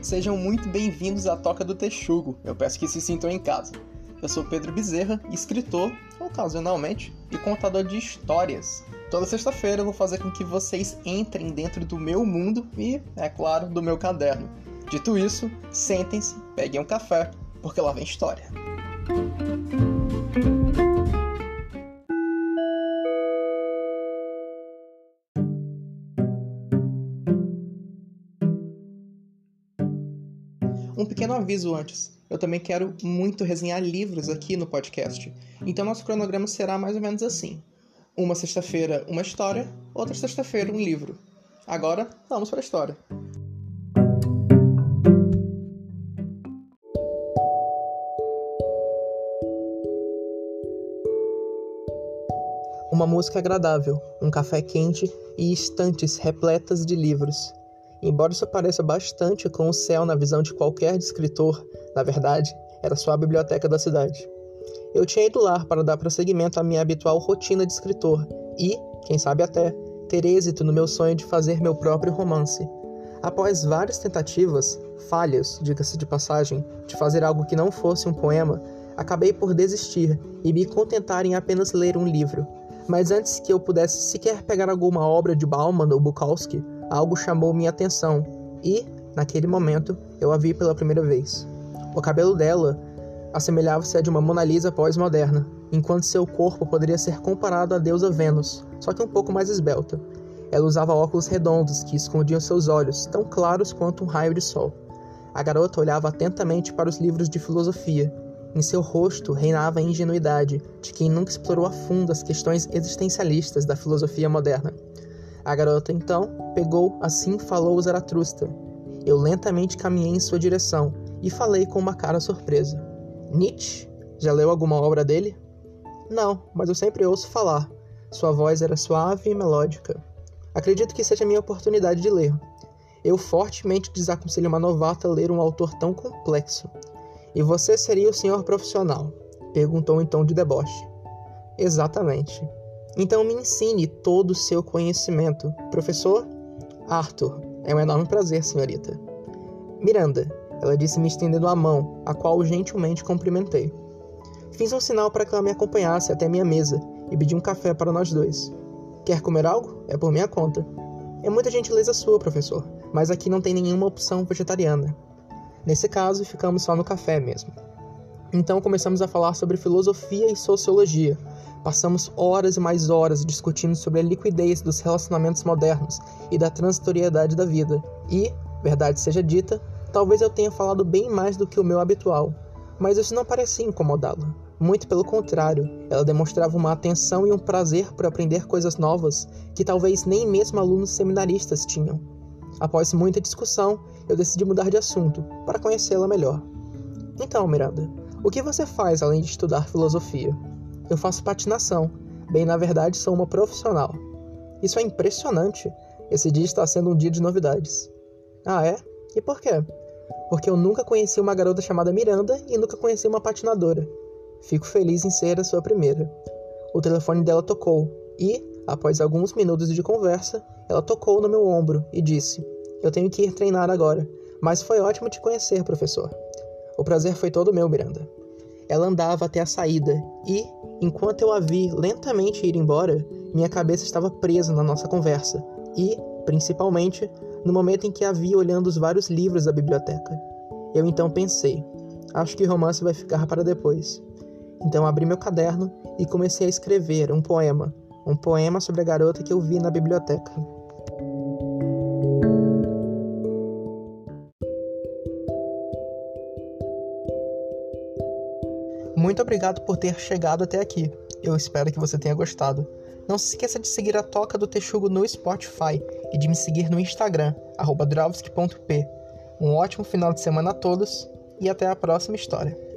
Sejam muito bem-vindos à Toca do Texugo, eu peço que se sintam em casa. Eu sou Pedro Bezerra, escritor, ocasionalmente, e contador de histórias. Toda sexta-feira eu vou fazer com que vocês entrem dentro do meu mundo e, é claro, do meu caderno. Dito isso, sentem-se, peguem um café, porque lá vem história. Um pequeno aviso antes, eu também quero muito resenhar livros aqui no podcast, então nosso cronograma será mais ou menos assim. Uma sexta-feira, uma história, outra sexta-feira, um livro. Agora, vamos para a história. Uma música agradável, um café quente e estantes repletas de livros. Embora isso pareça bastante com o céu na visão de qualquer escritor, na verdade, era só a biblioteca da cidade. Eu tinha ido lá para dar prosseguimento à minha habitual rotina de escritor e, quem sabe até, ter êxito no meu sonho de fazer meu próprio romance. Após várias tentativas, falhas, diga-se de passagem, de fazer algo que não fosse um poema, acabei por desistir e me contentar em apenas ler um livro. Mas antes que eu pudesse sequer pegar alguma obra de Bauman ou Bukowski, algo chamou minha atenção e, naquele momento, eu a vi pela primeira vez. O cabelo dela assemelhava-se a de uma Mona Lisa pós-moderna, enquanto seu corpo poderia ser comparado à deusa Vênus, só que um pouco mais esbelta. Ela usava óculos redondos que escondiam seus olhos, tão claros quanto um raio de sol. A garota olhava atentamente para os livros de filosofia. Em seu rosto reinava a ingenuidade de quem nunca explorou a fundo as questões existencialistas da filosofia moderna. A garota, então, pegou Assim Falou Zaratustra. Eu lentamente caminhei em sua direção e falei com uma cara surpresa. Nietzsche? Já leu alguma obra dele? Não, mas eu sempre ouço falar. Sua voz era suave e melódica. Acredito que seja a minha oportunidade de ler. Eu fortemente desaconselho uma novata a ler um autor tão complexo. E você seria o senhor profissional? Perguntou em tom de deboche. Exatamente. Então me ensine todo o seu conhecimento. Professor? Arthur. É um enorme prazer, senhorita. Miranda. Ela disse me estendendo a mão, a qual gentilmente cumprimentei. Fiz um sinal para que ela me acompanhasse até minha mesa e pedi um café para nós dois. Quer comer algo? É por minha conta. É muita gentileza sua, professor, mas aqui não tem nenhuma opção vegetariana. Nesse caso, ficamos só no café mesmo. Então começamos a falar sobre filosofia e sociologia. Passamos horas e mais horas discutindo sobre a liquidez dos relacionamentos modernos e da transitoriedade da vida. E, verdade seja dita, talvez eu tenha falado bem mais do que o meu habitual. Mas isso não parecia incomodá-la. Muito pelo contrário, ela demonstrava uma atenção e um prazer por aprender coisas novas que talvez nem mesmo alunos seminaristas tinham. Após muita discussão, eu decidi mudar de assunto, para conhecê-la melhor. Então, Miranda, o que você faz além de estudar filosofia? Eu faço patinação. Bem, na verdade, sou uma profissional. Isso é impressionante. Esse dia está sendo um dia de novidades. Ah, é? E por quê? Porque eu nunca conheci uma garota chamada Miranda e nunca conheci uma patinadora. Fico feliz em ser a sua primeira. O telefone dela tocou e, após alguns minutos de conversa, ela tocou no meu ombro e disse: Eu tenho que ir treinar agora, mas foi ótimo te conhecer, professor. O prazer foi todo meu, Miranda. Ela andava até a saída e, enquanto eu a vi lentamente ir embora, minha cabeça estava presa na nossa conversa e, principalmente, no momento em que a vi olhando os vários livros da biblioteca. Eu então pensei, acho que o romance vai ficar para depois. Então abri meu caderno e comecei a escrever um poema sobre a garota que eu vi na biblioteca. Muito obrigado por ter chegado até aqui. Eu espero que você tenha gostado. Não se esqueça de seguir a Toca do Texugo no Spotify e de me seguir no Instagram, @dravski.p. Um ótimo final de semana a todos e até a próxima história.